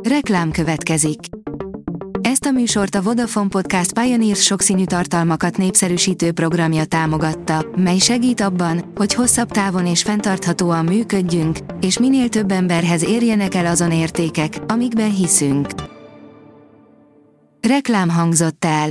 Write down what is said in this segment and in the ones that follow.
Reklám következik. Ezt a műsort a Vodafone Podcast Pioneers sokszínű tartalmakat népszerűsítő programja támogatta, mely segít abban, hogy hosszabb távon és fenntarthatóan működjünk, és minél több emberhez érjenek el azon értékek, amikben hiszünk. Reklám hangzott el.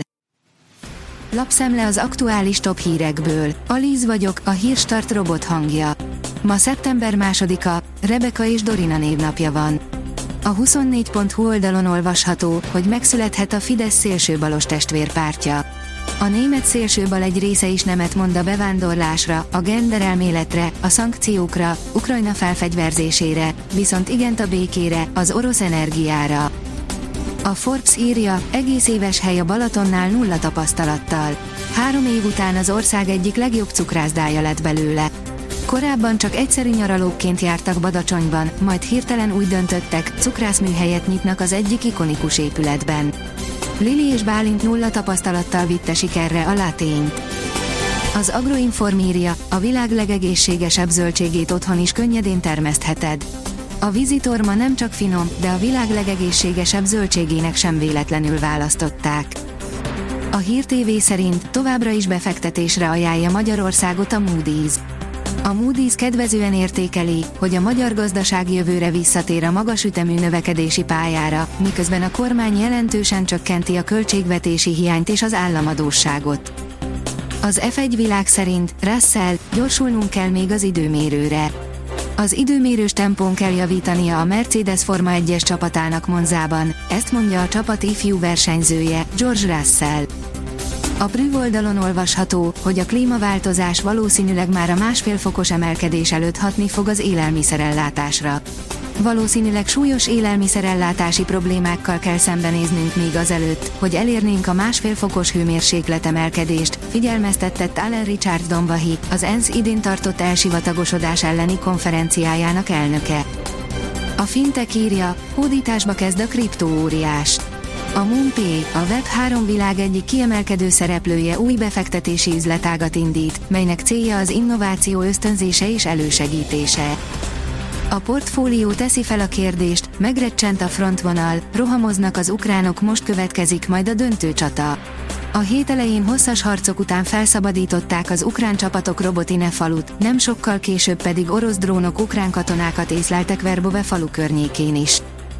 Lapszemle az aktuális top hírekből. Alíz vagyok, a Hírstart robot hangja. Ma szeptember 2-a, Rebeka és Dorina névnapja van. A 24.hu oldalon olvasható, hogy megszülethet a Fidesz szélsőbalos testvérpártja. A német szélsőbal egy része is nemet mond a bevándorlásra, a genderelméletre, a szankciókra, Ukrajna felfegyverzésére, viszont igent a békére, az orosz energiára. A Forbes írja, egész éves hely a Balatonnál nulla tapasztalattal. 3 év után az ország egyik legjobb cukrászdája lett belőle. Korábban csak egyszerű nyaralókként jártak Badacsonyban, majd hirtelen úgy döntöttek, cukrászműhelyet nyitnak az egyik ikonikus épületben. Lili és Bálint nulla tapasztalattal vitte sikerre a látényt. Az Agroinform írja, a világ legegészségesebb zöldségét otthon is könnyedén termesztheted. A Visitor nem csak finom, de a világ legegészségesebb zöldségének sem véletlenül választották. A Hír TV szerint továbbra is befektetésre ajánlja Magyarországot a Moody's. A Moody's kedvezően értékeli, hogy a magyar gazdaság jövőre visszatér a magas ütemű növekedési pályára, miközben a kormány jelentősen csökkenti a költségvetési hiányt és az államadósságot. Az F1 világ szerint, Russell, gyorsulnunk kell még az időmérőre. Az időmérős tempón kell javítania a Mercedes Forma 1-es csapatának Monzában, ezt mondja a csapat ifjú versenyzője, George Russell. A Prüv oldalon olvasható, hogy a klímaváltozás valószínűleg már a 1,5 fokos emelkedés előtt hatni fog az élelmiszerellátásra. Valószínűleg súlyos élelmiszerellátási problémákkal kell szembenéznünk még azelőtt, hogy elérnénk a 1,5 fokos hőmérséklet emelkedést, figyelmeztetett Alan Richard Donvahy, az ENSZ idén tartott elsivatagosodás elleni konferenciájának elnöke. A Fintech írja, hódításba kezd a kriptóóriás. A MoonPay, a Web3 világ egyik kiemelkedő szereplője új befektetési üzletágat indít, melynek célja az innováció ösztönzése és elősegítése. A portfólió teszi fel a kérdést, megrecsent a frontvonal, rohamoznak az ukránok, most következik majd a döntő csata. A hét elején hosszas harcok után felszabadították az ukrán csapatok Robotine falut, nem sokkal később pedig orosz drónok ukrán katonákat észleltek Verbove falu környékén is.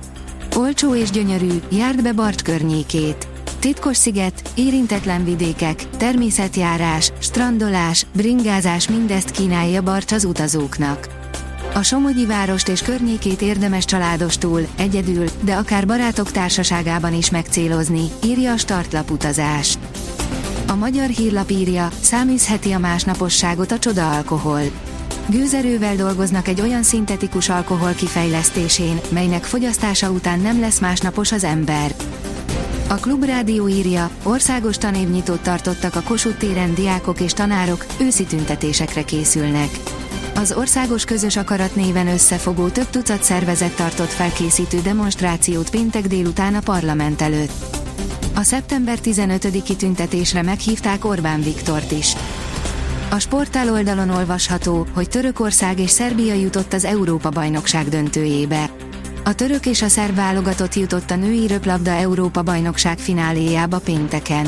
Olcsó és gyönyörű, járd be Barcs környékét. Titkos sziget, érintetlen vidékek, természetjárás, strandolás, bringázás, mindezt kínálja Barcs az utazóknak. A Somogyi várost és környékét érdemes családostul, egyedül, de akár barátok társaságában is megcélozni, írja a Startlap utazás. A Magyar Hírlap írja, száműzheti a másnaposságot a csoda alkohol. Gőzerővel dolgoznak egy olyan szintetikus alkohol kifejlesztésén, melynek fogyasztása után nem lesz másnapos az ember. A Klubrádió írja, országos tanévnyitót tartottak a Kossuth téren diákok és tanárok, őszi tüntetésekre készülnek. Az Országos Közös Akarat néven összefogó több tucat szervezet tartott felkészítő demonstrációt péntek délután a parlament előtt. A szeptember 15-i tüntetésre meghívták Orbán Viktort is. A Sportál oldalon olvasható, hogy Törökország és Szerbia jutott az Európa-bajnokság döntőjébe. A török és a szerb válogatott jutott a női röplabda Európa-bajnokság fináléjába pénteken.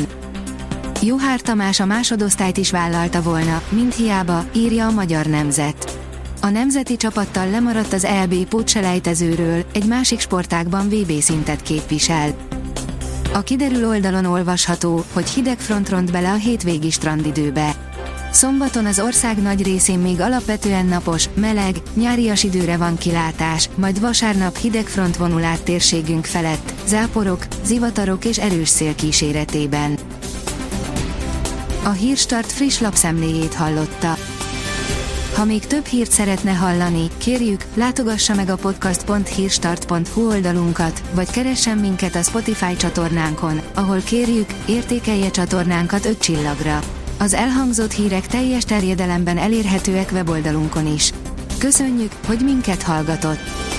Juhár Tamás a másodosztályt is vállalta volna, mint hiába, írja a Magyar Nemzet. A nemzeti csapattal lemaradt az EB pótselejtezőről, egy másik sportágban VB szintet képvisel. A Kiderül oldalon olvasható, hogy hideg front ront bele a hétvégi strandidőbe. Szombaton az ország nagy részén még alapvetően napos, meleg, nyárias időre van kilátás, majd vasárnap hideg front vonul át térségünk felett, záporok, zivatarok és erős szél kíséretében. A Hírstart friss lapszemléjét hallotta. Ha még több hírt szeretne hallani, kérjük, látogassa meg a podcast.hírstart.hu oldalunkat, vagy keressen minket a Spotify csatornánkon, ahol kérjük, értékelje csatornánkat 5 csillagra. Az elhangzott hírek teljes terjedelemben elérhetőek weboldalunkon is. Köszönjük, hogy minket hallgatott!